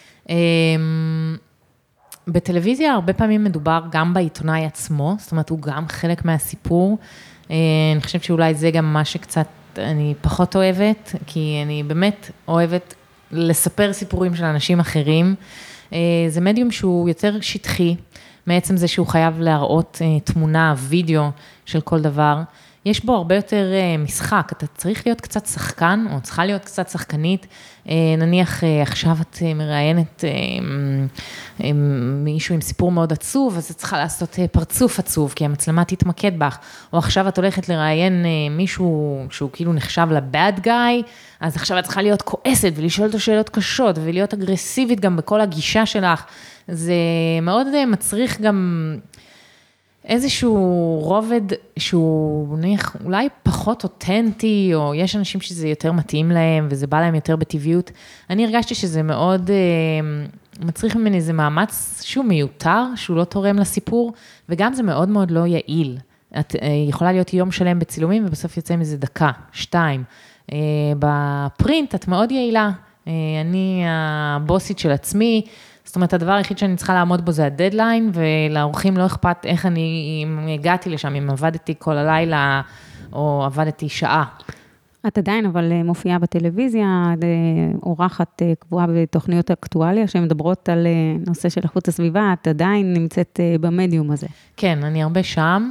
בטלוויזיה הרבה פעמים מדובר גם בעיתונאי עצמו, זאת אומרת הוא גם חלק מהסיפור. אני חושבת שאולי זה גם מה שקצת אני פחות אוהבת, כי אני באמת אוהבת לספר סיפורים של אנשים אחרים. זה מדיום שהוא יותר שטחי, מעצם זה שהוא חייב להראות תמונה, וידאו של כל דבר. יש בו הרבה יותר משחק, אתה צריך להיות קצת שחקן, או צריכה להיות קצת שחקנית, נניח עכשיו את מראיינת מישהו עם סיפור מאוד עצוב, אז את צריכה לעשות פרצוף עצוב, כי המצלמה תתמקד בך, או עכשיו את הולכת לראיין מישהו שהוא כאילו נחשב לבד גאי, אז עכשיו את צריכה להיות כועסת ולשאול אותו שאלות קשות, ולהיות אגרסיבית גם בכל הגישה שלך, זה מאוד מצריך גם איזשהו רובד שהוא נניח אולי פחות אותנטי, או יש אנשים שזה יותר מתאים להם, וזה בא להם יותר בטבעיות. אני הרגשתי שזה מאוד מצריך ממני איזה מאמץ שהוא מיותר, שהוא לא תורם לסיפור, וגם זה מאוד מאוד לא יעיל. את יכולה להיות יום שלם בצילומים, ובסוף יוצא מזה דקה, 2. בפרינט את מאוד יעילה. אני הבוסית של עצמי, זאת אומרת, הדבר היחיד שאני צריכה לעמוד בו זה הדדליין, ולאורחים לא אכפת איך אני הגעתי לשם, אם עבדתי כל הלילה, או עבדתי שעה. את עדיין, אבל מופיעה בטלוויזיה, אורחת קבועה בתוכניות אקטואליה, שהן מדברות על נושא של איכות הסביבה, את עדיין נמצאת במדיום הזה. כן, אני הרבה שם.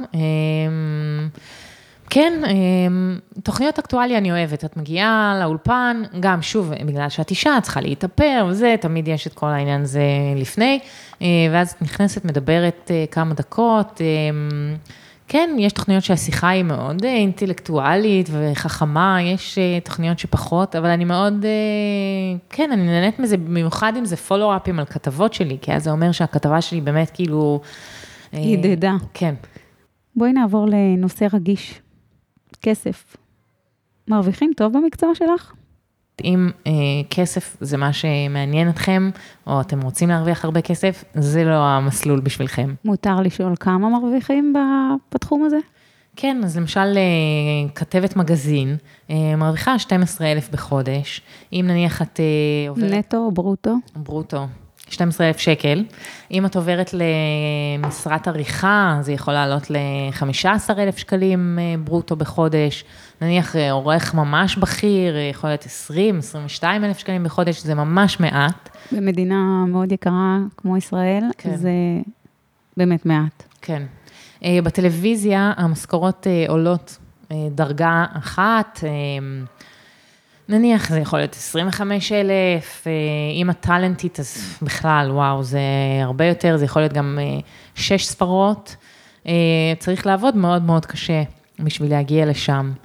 כן, תוכניות אקטואליה אני אוהבת, את מגיעה לאולפן, גם שוב, בגלל שאת אישה, את צריכה להתאפר, וזה, תמיד יש את כל העניין הזה לפני, ואז את נכנסת, מדברת כמה דקות, כן, יש תוכניות שהשיחה היא מאוד אינטלקטואלית וחכמה, יש תוכניות שפחות, אבל אני מאוד, כן, אני נהנית מזה, במיוחד אם זה פולו-אפים על כתבות שלי, כי אז זה אומר שהכתבה שלי באמת כאילו ידדה. כן. בואי נעבור לנושא רגיש. כסף. מרוויחים טוב במקצוע שלך? אם כסף זה מה שמעניין אתכם, או אתם רוצים להרוויח הרבה כסף, זה לא המסלול בשבילכם. מותר לשאול כמה מרוויחים בתחום הזה? כן, אז למשל כתבת מגזין, מרוויחה 12,000 בחודש, אם נניח את עוברת... נטו או ברוטו? ברוטו. 12,000 שקל. אם את עוברת למשרת עריכה, זה יכול לעלות ל-15,000 שקלים ברוטו בחודש. נניח עורך ממש בכיר, יכול להיות 22,000 שקלים בחודש, זה ממש מעט. במדינה מאוד יקרה כמו ישראל, כן. זה באמת מעט. כן. בטלוויזיה המשכורות עולות דרגה אחת, נניח זה יכול להיות 25,000, אם הטלנטית אז בכלל, וואו, זה הרבה יותר, זה יכול להיות גם 6 ספרות, צריך לעבוד מאוד מאוד קשה בשביל להגיע לשם.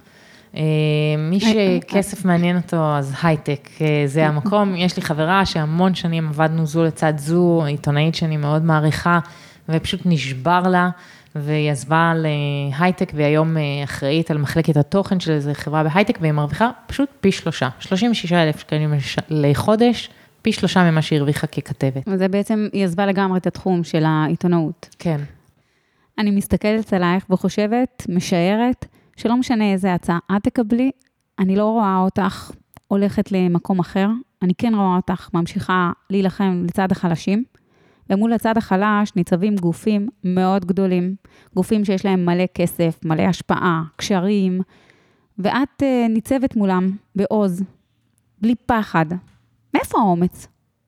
מי שכסף מעניין אותו, אז הייטק, זה המקום. יש לי חברה שהמון שנים עבדנו זו לצד זו, עיתונאית שאני מאוד מעריכה, ופשוט נשבר לה, והיא עזבה להייטק, והיום אחראית על מחלקת התוכן של איזו חברה בהייטק, והיא מרוויחה פשוט פי 3, 36,000 שקלים לחודש, פי 3 ממה שהיא הרוויחה ככתבת. וזה בעצם, היא עזבה לגמרי את התחום של העיתונאות. כן. אני מסתכלת עלייך וחושבת, משערת, שלא משנה איזה הצעה את תקבלי, אני לא רואה אותך הולכת למקום אחר, אני כן רואה אותך ממשיכה להילחם לצד החלשים, ומול הצד החלש ניצבים גופים מאוד גדולים, גופים שיש להם מלא כסף, מלא השפעה, קשרים, ואת ניצבת מולם בעוז, בלי פחד. מאיפה האומץ?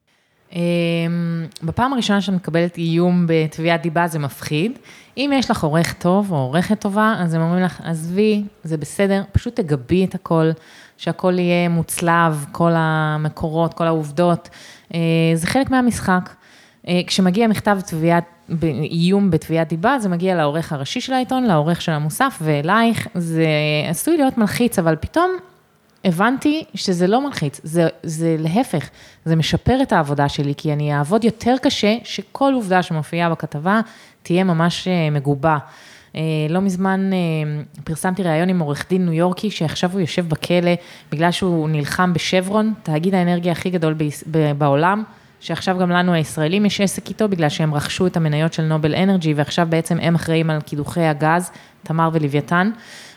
בפעם הראשונה שאני מקבלת איום בתביעת דיבה, זה מפחיד. אם יש לך עורך טוב או עורכת טובה, אז הם אומרים לך, עזבי, זה בסדר, פשוט תגבי את הכל, שהכל יהיה מוצלב, כל המקורות, כל העובדות. זה חלק מהמשחק. כשמגיע מכתב איום בתביעת דיבה, זה מגיע לעורך הראשי של העיתון, לעורך של המוסף, ואלייך, זה עשוי להיות מלחיץ, אבל פתאום הבנתי שזה לא מלחיץ, זה להפך, זה משפר את העבודה שלי, כי אני אעבוד יותר קשה, שכל עובדה שמופיעה בכתבה, תהיה ממש מגובה. לא מזמן פרסמתי ראיון עם עורך דין ניו יורקי, שעכשיו הוא יושב בכלא, בגלל שהוא נלחם בשברון, תאגיד האנרגיה הכי גדול בעולם, שעכשיו גם לנו הישראלים יש עסק איתו, בגלל שהם רכשו את המניות של נובל אנרג'י, ועכשיו בעצם הם אחראים על קידוחי הגז, תמר ולוויתן,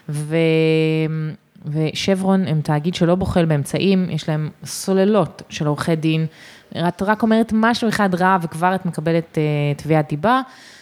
ושברון הם תאגיד שלא בוחל באמצעים, יש להם סוללות של עורכי דין, את רק אומרת משהו אחד רע, וכבר את מקבלת תביעת דיבה,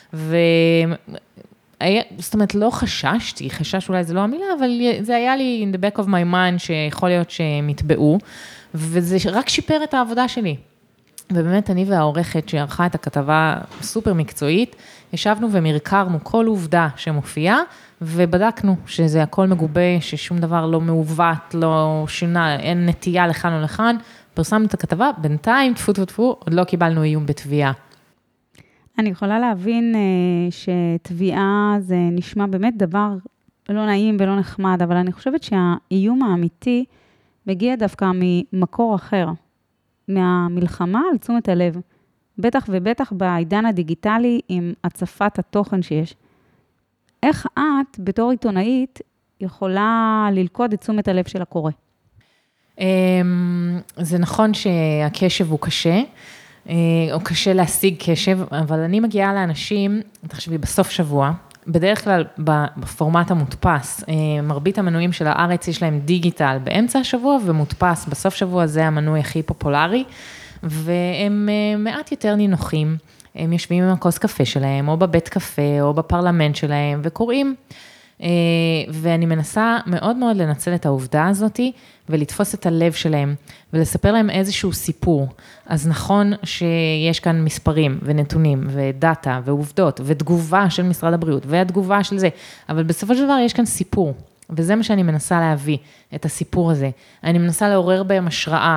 זאת אומרת, לא חששתי, חשש אולי זה לא המילה, אבל זה היה לי in the back of my mind, שיכול להיות שהם יתבעו, וזה רק שיפר את העבודה שלי. ובאמת אני והעורכת שערכה את הכתבה סופר מקצועית, ישבנו ומרקרנו כל עובדה שמופיעה, ובדקנו שזה הכל מגובה, ששום דבר לא מעוות, לא שינה, אין נטייה לכאן או לכאן, פרסמנו את הכתבה, בינתיים, טפו, עוד לא קיבלנו איום בתביעה. אני יכולה להבין שתביעה זה נשמע באמת דבר לא נעים ולא נחמד, אבל אני חושבת שהאיום האמיתי מגיע דווקא ממקור אחר, מהמלחמה על תשומת הלב, בטח ובטח בעידן הדיגיטלי עם הצפת התוכן שיש. איך את, בתור עיתונאית, יכולה ללכוד את תשומת הלב של הקורא? זה נכון שהקשב הוא קשה, או קשה להשיג קשב, אבל אני מגיעה לאנשים, תחשבי, בסוף שבוע, בדרך כלל בפורמט המודפס, מרבית המנויים של הארץ יש להם דיגיטל באמצע השבוע, ומודפס בסוף שבוע, זה המנוי הכי פופולרי, והם מעט יותר נינוחים, הם יושבים עם הכוס קפה שלהם, או בבית קפה, או בפרלמנט שלהם, וקוראים, ואני מנסה מאוד מאוד לנצל את העובדה הזאת, ולתפוס את הלב שלהם, ולספר להם איזשהו סיפור. אז נכון שיש כאן מספרים, ונתונים, ודאטה, ועובדות, ותגובה של משרד הבריאות, והתגובה של זה, אבל בסופו של דבר יש כאן סיפור, וזה מה שאני מנסה להביא, את הסיפור הזה. אני מנסה לעורר בהם השראה,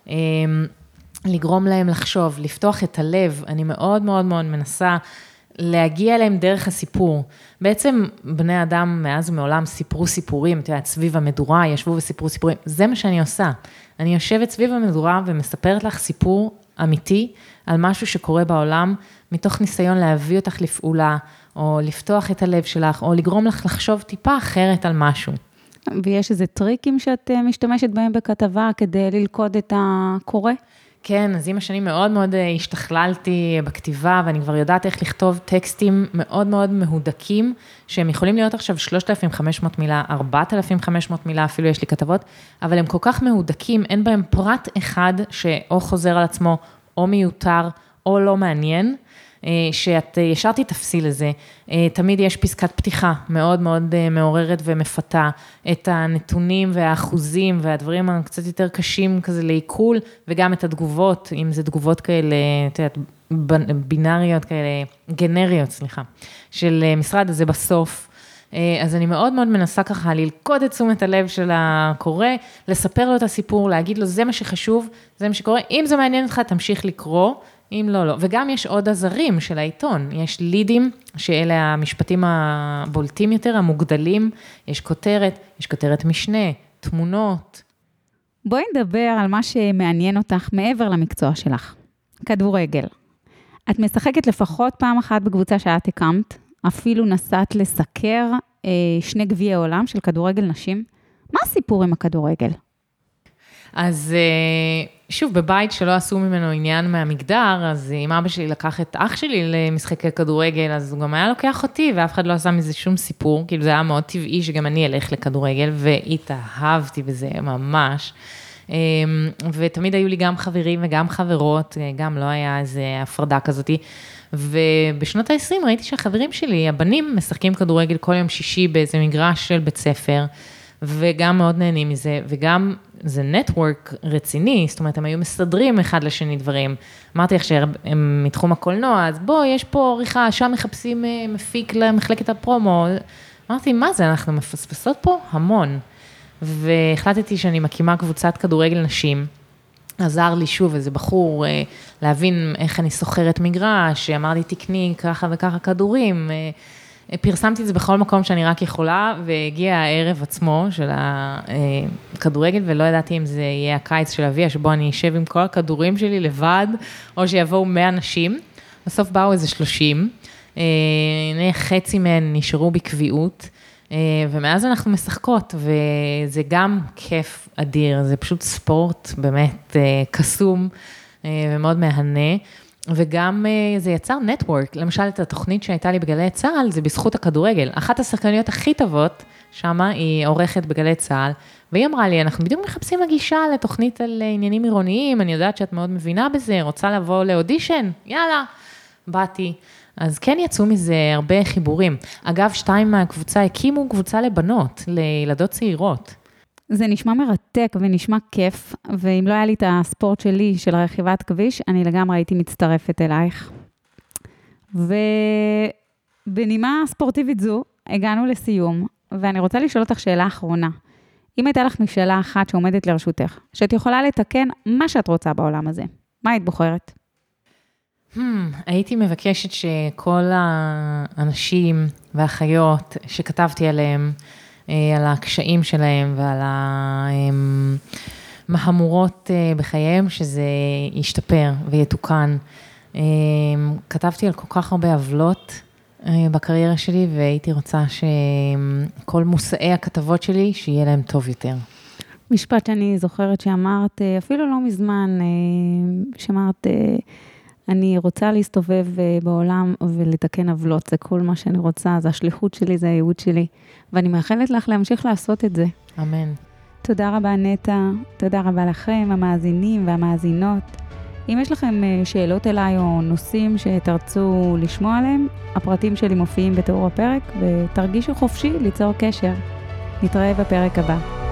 לגרום להם לחשוב, לפתוח את הלב, אני מאוד מאוד מאוד מנסה להגיע אליהם דרך הסיפור. בעצם בני אדם מאז ומעולם סיפרו סיפורים, אתה יודע, סביב המדורה, ישבו וסיפרו סיפורים, זה מה שאני עושה. אני יושבת סביב המדורה ומספרת לך סיפור אמיתי על משהו שקורה בעולם, מתוך ניסיון להביא אותך לפעולה, או לפתוח את הלב שלך, או לגרום לך לחשוב טיפה אחרת על משהו. ויש איזה טריקים שאת משתמשת בהם בכתבה כדי ללכוד את הקורא? כן, אז עם השנים מאוד מאוד השתכללתי בכתיבה, ואני כבר יודעת איך לכתוב טקסטים מאוד מאוד מהודקים, שהם יכולים להיות עכשיו 3,500 מילה, 4,500 מילה, אפילו יש לי כתבות, אבל הם כל כך מהודקים, אין בהם פרט אחד שאו חוזר על עצמו, או מיותר, או לא מעניין, שאת ישר תתפסי לזה, תמיד יש פסקת פתיחה מאוד מאוד מעוררת ומפתה, את הנתונים והאחוזים והדברים הקצת יותר קשים כזה לעיכול, וגם את התגובות, אם זה תגובות כאלה, את יודעת, בינאריות כאלה, גנריות, סליחה, של משרד הזה בסוף, אז אני מאוד מאוד מנסה ככה ללכוד את תשומת הלב של הקורא, לספר לו את הסיפור, להגיד לו זה מה שחשוב, זה מה שקורה, אם זה מעניין אותך תמשיך לקרוא, אם לא, לא. וגם יש עוד עזרים של העיתון, יש לידים, שאלה המשפטים הבולטים יותר, המוגדלים, יש כותרת משנה, תמונות. בואי נדבר על מה שמעניין אותך מעבר למקצוע שלך, כדורגל. את משחקת לפחות פעם אחת בקבוצה שאת הקמת, אפילו נסעת לסקר 2 גביעי עולם של כדורגל נשים. מה הסיפור עם הכדורגל? אז שוב, בבית שלא עשו ממנו עניין מהמגדר, אז אם אבא שלי לקח את אח שלי למשחקי כדורגל, אז הוא גם היה לוקח אותי, ואף אחד לא עשה מזה שום סיפור, כאילו זה היה מאוד טבעי שגם אני אלך לכדורגל, והתאהבתי בזה ממש. ותמיד היו לי גם חברים וגם חברות, גם לא היה איזו הפרדה כזאת. ובשנות ה-20 ראיתי שהחברים שלי, הבנים, משחקים כדורגל כל יום שישי באיזה מגרש של בית ספר, וגם מאוד נהנים מזה, וגם זה נטוורק רציני, זאת אומרת, הם היו מסדרים אחד לשני דברים. אמרתי לך שהם מתחום הקולנוע, אז בוא, יש פה עריכה, שם מחפשים מפיק למחלקת הפרומו. אמרתי, מה זה, אנחנו מפספסות פה המון. והחלטתי שאני מקימה קבוצת כדורגל נשים, עזר לי שוב איזה בחור להבין איך אני סוחרת מגרש, אמר לי תקני ככה וככה כדורים, פרסמתי את זה בכל מקום שאני רק יכולה, והגיע הערב עצמו של הכדורגל, ולא ידעתי אם זה יהיה הקיץ של אביה, שבו אני אשב עם כל הכדורים שלי לבד, או שיבואו 100 אנשים, בסוף באו איזה 30, חצי מהן נשארו בקביעות, ומאז אנחנו משחקות, וזה גם כיף אדיר, זה פשוט ספורט באמת קסום ומאוד מהנה, וגם זה יצר נטוורק, למשל את התוכנית שהייתה לי בגלי צהל, זה בזכות הכדורגל. אחת השחקניות הכי טובות שמה היא עורכת בגלי צהל, והיא אמרה לי, אנחנו בדיוק מחפשים מגישה לתוכנית על עניינים עירוניים, אני יודעת שאת מאוד מבינה בזה, רוצה לבוא לאודישן? יאללה, באתי. אז כן יצאו מזה הרבה חיבורים. אגב, 2 מהקבוצה הקימו קבוצה לבנות, לילדות צעירות. זה נשמע מרתק ונשמע כיף, ואם לא היה לי את הספורט שלי, של רכיבת כביש, אני לגמרי הייתי מצטרפת אלייך. ובנימה ספורטיבית זו, הגענו לסיום, ואני רוצה לשאול אותך שאלה אחרונה. אם הייתה לך משאלה אחת שעומדת לרשותך, שאת יכולה לתקן מה שאת רוצה בעולם הזה, מה היית בוחרת? הייתי מבקשת שכל האנשים והחיות שכתבתי עליהם, על הקשיים שלהם ועל המהמורות בחייהם, שזה ישתפר ויתוקן. כתבתי על כל כך הרבה עוולות בקריירה שלי, והייתי רוצה שכל מושאי הכתבות שלי, שיהיה להם טוב יותר. משפט שאני זוכרת שאמרת, אפילו לא מזמן, שאמרת, אני רוצה להסתובב בעולם ולתקן עוולות, זה כל מה שאני רוצה, זה השליחות שלי, זה הייעוד שלי, ואני מאחלת לך להמשיך לעשות את זה. אמן. תודה רבה נטע, תודה רבה לכם, המאזינים והמאזינות. אם יש לכם שאלות אליי או נושאים שתרצו לשמוע עליהם, הפרטים שלי מופיעים בתיאור הפרק, ותרגישו חופשי ליצור קשר. נתראה בפרק הבא.